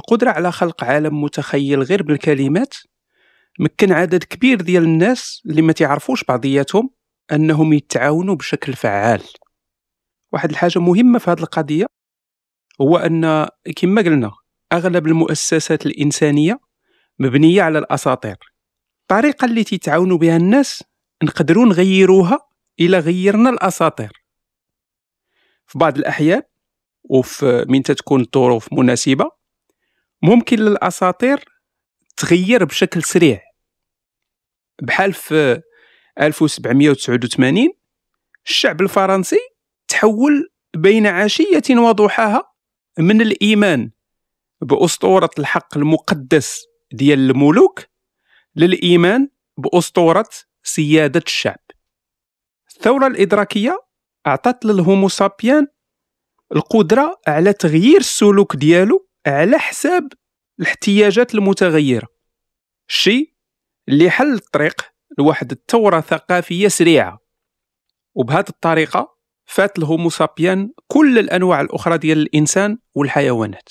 القدرة على خلق عالم متخيل غير بالكلمات مكن عدد كبير ديال الناس اللي ما تعرفوش بعضياتهم أنهم يتعاونوا بشكل فعال. واحد الحاجة مهمة في هذه القضية هو أن كما قلنا أغلب المؤسسات الإنسانية مبنية على الأساطير. الطريقة اللي تتعاونوا بها الناس نقدروا نغيروها إلى غيرنا الأساطير. في بعض الأحيان وفي من تكون الظروف مناسبة ممكن للأساطير تغير بشكل سريع، بحال في 1789 الشعب الفرنسي تحول بين عشية وضحاها من الإيمان بأسطورة الحق المقدس ديال الملوك للإيمان بأسطورة سيادة الشعب. الثورة الإدراكية أعطت للهومو سابيان القدرة على تغيير السلوك ديالو على حساب الاحتياجات المتغيرة، الشيء اللي حل الطريق لواحد الثورة ثقافية سريعة. وبهذه الطريقة فات الهومو سابيان كل الأنواع الأخرى ديال الإنسان والحيوانات.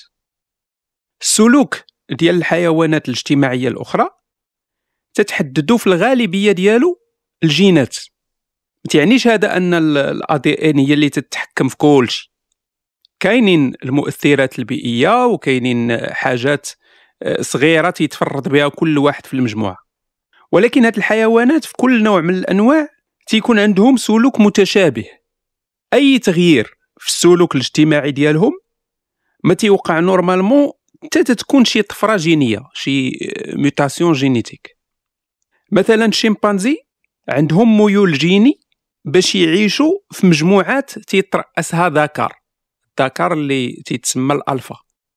السلوك ديال الحيوانات الاجتماعية الأخرى تتحددوا في الغالبية ديالو الجينات. ما تعنيش هذا أن الADN هي اللي تتحكم في كل شيء. كاينين المؤثرات البيئية وكاينين حاجات صغيرة يتفرد بها كل واحد في المجموعة، ولكن هاد الحيوانات في كل نوع من الأنواع تيكون عندهم سلوك متشابه. أي تغيير في السلوك الاجتماعي ديالهم ما تيوقع نورمالمون حتى تكون شي طفرة جينية، شي ميوتاسيون جينيتيك. مثلا الشمبانزي عندهم ميول جيني باش يعيشوا في مجموعات تيترأسها ذكر اللي تيتسمى الألفا.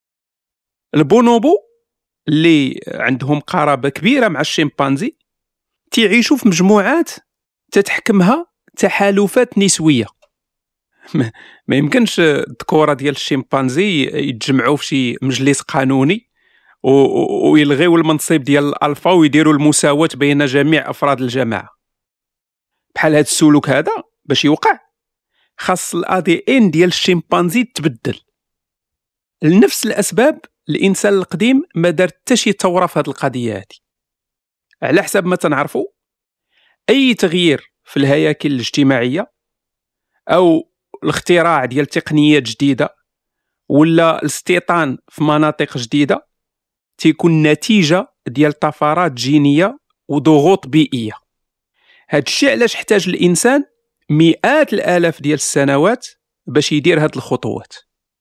البونوبو اللي عندهم قرابة كبيرة مع الشمبانزي تيعيشوا في مجموعات تتحكمها تحالفات نسوية. ما يمكنش الذكورة ديال الشمبانزي يتجمعوا في شي مجلس قانوني ويلغيوا المنصب ديال الألفا ويديروا المساواة بين جميع أفراد الجماعة. بحال هذا السلوك هذا باش يوقع خاص الADN ديال الشمبانزي تبدل. لنفس الأسباب الإنسان القديم ما دار حتى شي ثورة في هذه القضية هذه. على حسب ما تنعرفوا أي تغيير في الهياكل الاجتماعية أو الاختراع ديال تقنيات جديدة ولا الاستيطان في مناطق جديدة تيكون نتيجة ديال طفرات جينية وضغوط بيئية. هاد الشيء علاش احتاج الإنسان مئات الآلاف ديال السنوات باش يدير هاد الخطوات.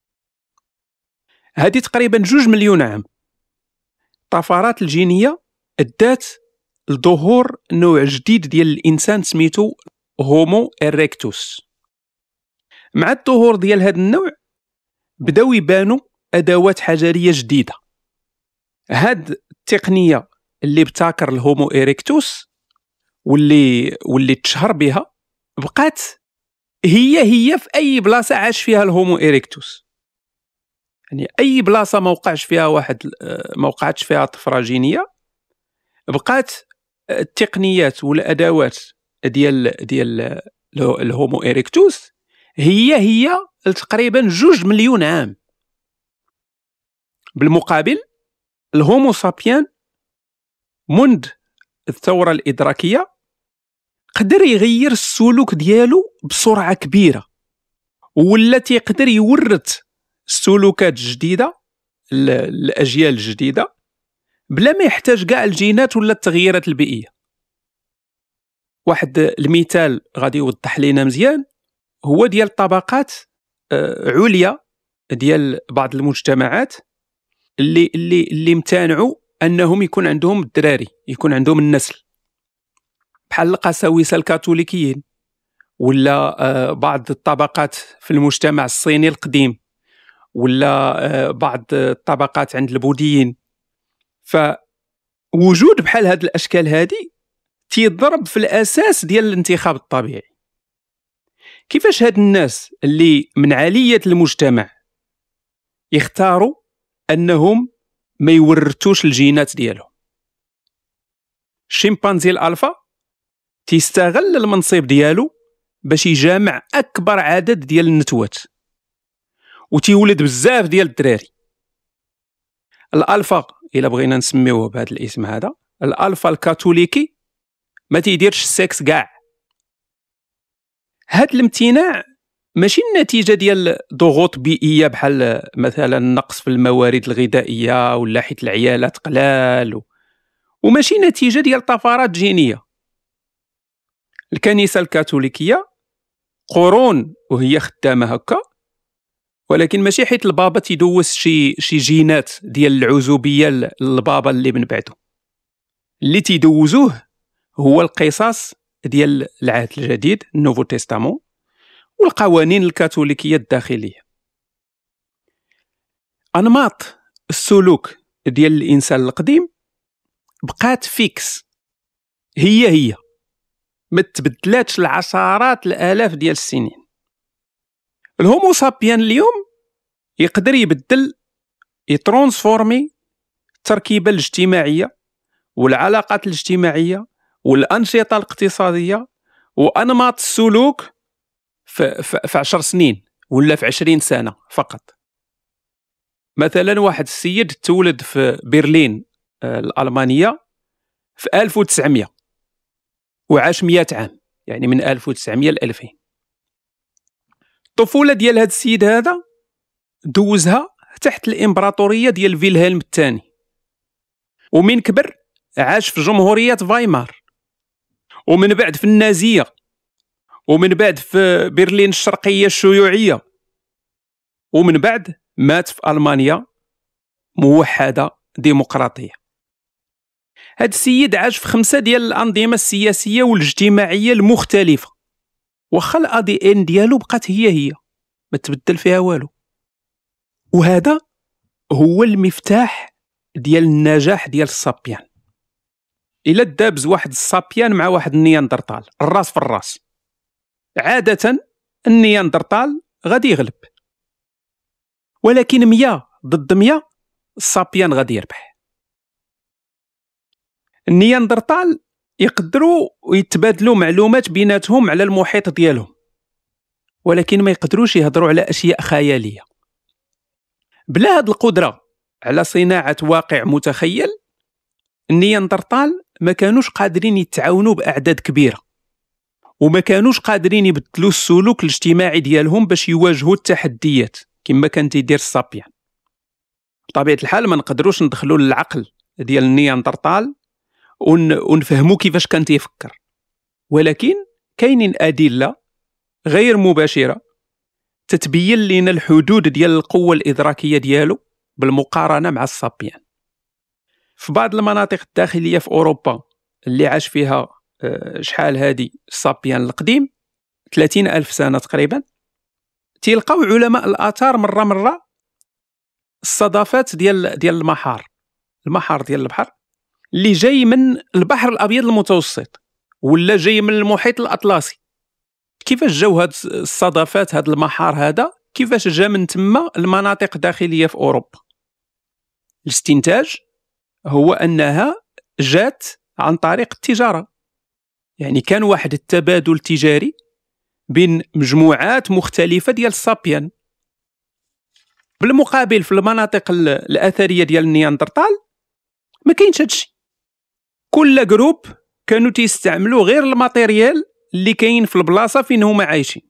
هذه تقريبا 2 مليون عام. الطفرات الجينية ادات لظهور نوع جديد ديال الإنسان سميتو هومو إيريكتوس. مع الظهور ديال هذا النوع بداو يبانوا أدوات حجرية جديدة. هاد التقنية اللي ابتكر الهومو إيريكتوس واللي تشهر بها بقات هي في أي بلاصة عاش فيها الهومو إيريكتوس. يعني أي بلاصة ما وقعتش فيها طفرة جينية بقات التقنيات والأدوات ديال الهومو إيريكتوس هي تقريبا 2 مليون عام. بالمقابل الهومو سابيان منذ الثورة الإدراكية قدر يغير السلوك ديالو بسرعة كبيرة، ولا تيقدر يورث السلوكات الجديدة الأجيال الجديدة بلا ما يحتاج كاع الجينات ولا التغييرات البيئية. واحد المثال غادي يوضح لنا مزيان هو ديال طبقات عليا ديال بعض المجتمعات اللي امتنعوا انهم يكون عندهم الدراري، يكون عندهم النسل، بحال القساوسه الكاثوليكيين ولا بعض الطبقات في المجتمع الصيني القديم ولا بعض الطبقات عند البوذيين. فوجود بحال هاد الاشكال هذه تيضرب في الاساس ديال الانتخاب الطبيعي. كيفاش هاد الناس اللي من علية المجتمع يختاروا انهم ما يورثوش الجينات ديالهم؟ الشمبانزي الالفا تيستغل المنصب ديالو باش يجامع اكبر عدد ديال النتوات وتيولد بزاف ديال الدراري. الالفا الا بغينا نسميوه بهذا الاسم هذا، الالفا الكاثوليكي ما تيديرش السكس كاع. هذا الامتناع ماشي النتيجه ديال ضغوط بيئيه بحال مثلا نقص في الموارد الغذائيه ولا حيت العيالات قلال، وماشي نتيجه ديال طفرات جينيه. الكنيسه الكاثوليكيه قرون وهي خدامه هكا، ولكن ماشي حيت البابا تيدوز شي جينات ديال العزوبيه للبابا اللي من بعده. اللي تيدوزوه هو القصص ديال العهد الجديد، النوفو تيستامون، والقوانين الكاثوليكيه الداخليه. انماط السلوك ديال الانسان القديم بقات فيكس، هي ما تبدلاتش العشرات الالاف ديال السنين. الهومو سابيان اليوم يقدر يبدل، يترانسفورمي التركيبه الاجتماعيه والعلاقات الاجتماعيه والانشطه الاقتصاديه وانماط السلوك في 10 سنين ولا في 20 سنه فقط. مثلا واحد السيد تولد في برلين الألمانية في 1900 وعاش 100 عام، يعني من 1900 ل 2000. الطفولة ديال هذا السيد هذا دوزها تحت الإمبراطورية ديال فيلهلم الثاني، ومن كبر عاش في جمهورية فايمار، ومن بعد في النازية، ومن بعد في برلين الشرقية الشيوعية، ومن بعد مات في ألمانيا موحدة ديمقراطية. هاد السيد عاش في 5 ديال الأنظمة السياسية والاجتماعية المختلفة، واخا الأدي إن ديالو بقات هي ما تبدل فيها والو. وهذا هو المفتاح ديال النجاح ديال السابيان. إلا دابز واحد السابيان مع واحد النياندرتال الراس في الراس، عادة النياندرتال غادي يغلب، ولكن 100 ضد 100 السابيان غادي يربح. النياندرتال يقدروا يتبادلوا معلومات بيناتهم على المحيط ديالهم، ولكن ما يقدروش يهضروا على أشياء خيالية. بلا هاد القدرة على صناعة واقع متخيل، النياندرتال ما كانوش قادرين يتعاونوا بأعداد كبيرة، وما كانوش قادرين يبدلوا السلوك الاجتماعي ديالهم باش يواجهوا التحديات كما كان تيدير السابيان. بطبيعة الحال ما نقدروش ندخلوا للعقل ديال النياندرتال ونفهموا كيفاش كان تيفكر، ولكن كاينين أدلة غير مباشرة تتبين لنا الحدود ديال القوة الإدراكية ديالو بالمقارنة مع السابيان. في بعض المناطق الداخلية في أوروبا اللي عاش فيها شحال هادي السابيان القديم 30,000 سنة تقريبا، تيلقاو علماء الآثار مرة الصدفات ديال المحار ديال البحر اللي جاي من البحر الأبيض المتوسط ولا جاي من المحيط الأطلسي. كيفاش جاو هاد الصدفات، هاد المحار هذا كيفاش جا من تما المناطق الداخلية في أوروبا؟ الاستنتاج هو أنها جات عن طريق التجارة، يعني كان واحد التبادل تجاري بين مجموعات مختلفة ديال السابيان. بالمقابل في المناطق الأثرية ديال النياندرتال ما كاينش هادشي، كل جروب كانوا تيستعملوا غير الماتيريال اللي كاين في البلاصة فين هما عايشين.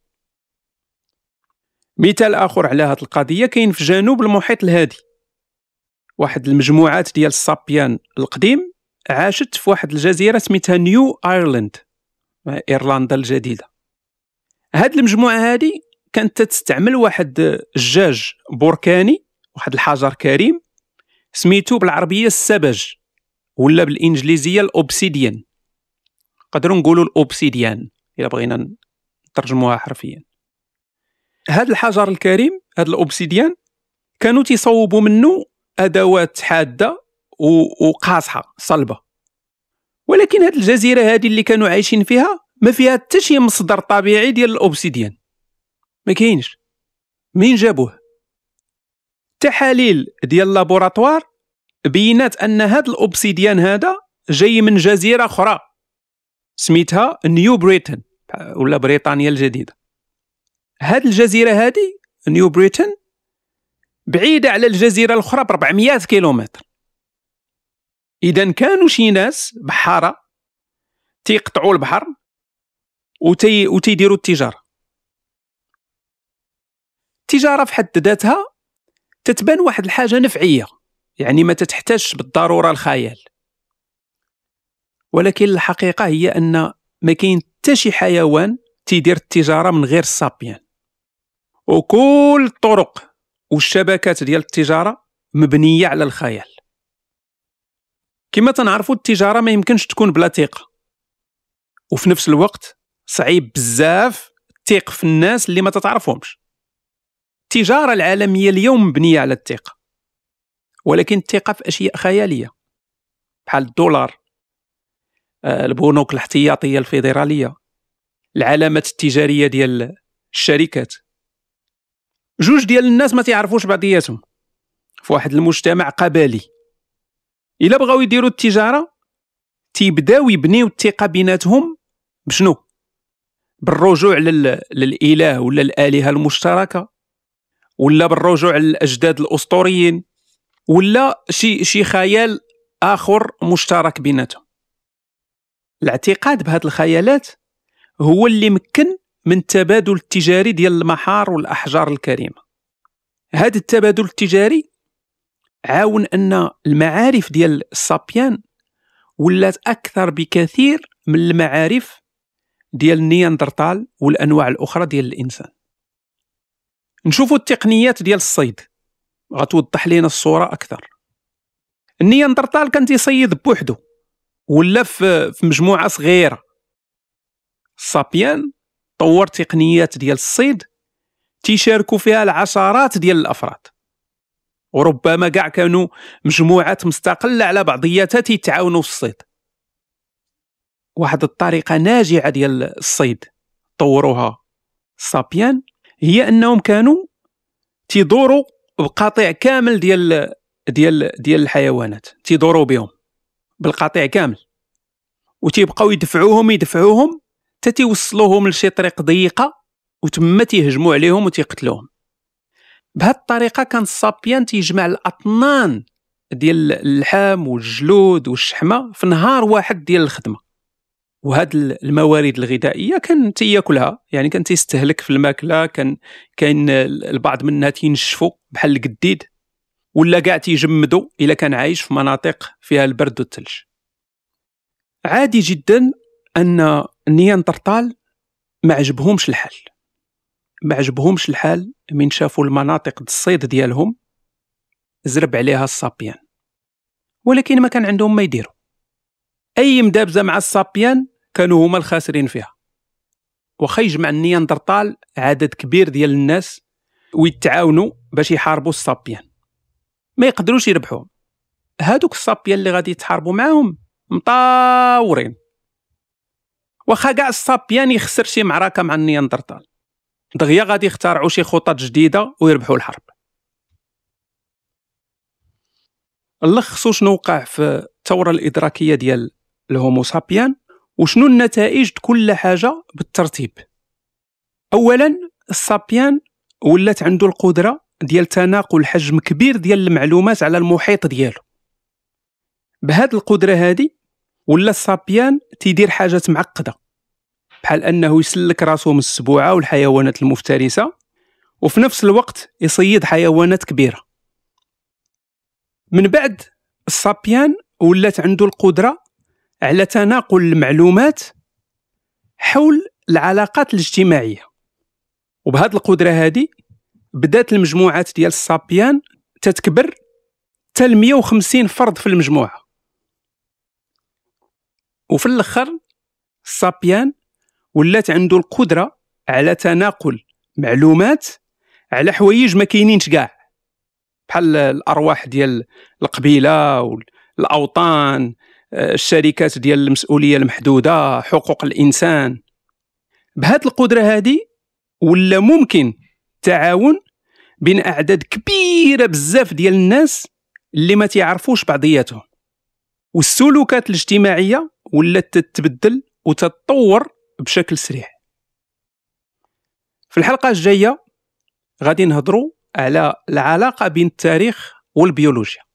مثال آخر على هاد القضية كاين في جنوب المحيط الهادي، واحد المجموعات ديال السابيان القديم عاشت في واحد الجزيرة سميتها نيو ايرلاند، إيرلندا الجديدة. هاد المجموعة هادي كانت تستعمل واحد الجاج بركاني، واحد الحجر كريم سميتو بالعربية السبج ولا بالإنجليزية الأوبسيديان، قدروا نقولوا الأوبسيديان إلا بغينا نترجموها حرفيا. هاد الحجر الكريم، هاد الأوبسيديان، كانوا تيصوبوا منه أدوات حادة وقاصحة صلبة، ولكن هاد الجزيرة هادي اللي كانوا عايشين فيها ما فيها حتى شي مصدر طبيعي ديال الأوبسيديان، ما كاينش. منين جابوه؟ تحاليل ديال اللابوراتوار بينات أن هاد الأوبسيديان هذا جاي من جزيرة أخرى سميتها نيو بريتن ولا بريطانيا الجديدة. هاد الجزيرة هادي نيو بريتن بعيدة على الجزيرة الأخرى ب 400 كيلومتر. إذا كانوا شي ناس بحارة تيقطعوا البحر وتيديروا التجارة. التجارة في حد ذاتها تتبان واحد الحاجة نفعية، يعني ما تتحتاجش بالضرورة الخيال، ولكن الحقيقة هي أن ما كاين حتى شي حيوان تيدير التجارة من غير السابيان، وكل الطرق والشبكات ديال التجارة مبنية على الخيال. كما تنعرفوا التجارة ما يمكنش تكون بلا ثقة، وفي نفس الوقت صعيب بزاف تثق في الناس اللي ما تتعرفهمش. التجارة العالمية اليوم مبنية على الثقة، ولكن الثقة في أشياء خيالية بحال الدولار، البنوك الاحتياطية الفيدرالية، العلامات التجارية ديال الشركات. جوج ديال الناس ما تعرفوش بعضياتهم في واحد المجتمع قبلي، إلا بغاو يديروا التجارة تيبداو يبنيو الثقة بيناتهم بشنو؟ بالرجوع للإله ولا الآلهة المشتركة، ولا بالرجوع للأجداد الأسطوريين، ولا شي خيال آخر مشترك بيناتهم. الاعتقاد بهذه الخيالات هو اللي مكن من التبادل التجاري ديال المحار والأحجار الكريمة. هذا التبادل التجاري عاون أن المعارف ديال السابيان ولات أكثر بكثير من المعارف ديال النياندرتال والأنواع الأخرى ديال الإنسان. نشوفوا التقنيات ديال الصيد غتوضح لنا الصورة أكثر. النياندرتال كان تيصيد بوحده ولا في مجموعة صغيرة. السابيان طور تقنيات ديال الصيد تيشاركوا فيها العشرات ديال الأفراد، وربما كاع كانوا مجموعات مستقلة على بعضياتها تيتعاونوا في الصيد. واحد الطريقة ناجعة ديال الصيد طوروها السابيان هي أنهم كانوا تيدوروا بقطيع كامل ديال الحيوانات، تيدوروا بهم بالقطيع كامل، وتيبقاو يدفعوهم حتى تيوصلوهم لشي طريق ضيقة، وتما تيهجموا عليهم وتيقتلوهم. بهذه الطريقة كان السابيان تيجمع الأطنان ديال اللحم والجلود والشحمة في نهار واحد ديال الخدمة. وهاد الموارد الغذائية كان تياكلها، يعني كان تيستهلك في الماكلة، كاين البعض منها تينشفوا بحال القديد، ولا كاع تيجمدوا إلا كان عايش في مناطق فيها البرد والثلج. عادي جدا أن النياندرتال ما عجبهمش الحال من شافوا المناطق الصيد ديالهم زرب عليها السابيان، ولكن ما كان عندهم ما يديروا. أي مدابزة مع السابيان كانوا هما الخاسرين فيها. وخا يجمع النياندرتال عدد كبير ديال الناس ويتعاونوا باش يحاربوا السابيان، ما يقدروش يربحوهم. هادوك السابيان اللي غادي يتحاربوا معاهم مطاورين، واخا كاع السابيان يخسر شي معركة مع النياندرتال، دغيا غادي يختارعوا شي خطط جديدة ويربحوا الحرب. نلخصوا شنو وقع في الثورة الإدراكية ديال الهومو سابيان وشنو النتائج كل حاجة بالترتيب. أولا السابيان ولات عنده القدرة ديال تناقل حجم كبير ديال المعلومات على المحيط ديالو. بهاد القدرة هادي ولا السابيان تيدير حاجات معقدة بحال أنه يسلك راسو من السبوعة والحيوانات المفترسة، وفي نفس الوقت يصيد حيوانات كبيرة. من بعد السابيان ولات عنده القدرة على تناقل المعلومات حول العلاقات الاجتماعية، وبهذه القدرة هذه بدات المجموعات ديال السابيان تتكبر حتى 150 فرد في المجموعة. وفي الأخر السابيان ولات عنده القدرة على تناقل معلومات على حوايج ما كاينينش كاع، بحال الأرواح ديال القبيلة والأوطان، الشركات ديال المسؤولية المحدودة، حقوق الإنسان. بهذه القدرة هذه ولا ممكن تعاون بين أعداد كبيرة بزاف ديال الناس اللي ما تعرفوش بعضياتهم، والسلوكات الاجتماعية ولات تتبدل وتتطور بشكل سريع. في الحلقة الجاية غادي نهضروا على العلاقة بين التاريخ والبيولوجيا.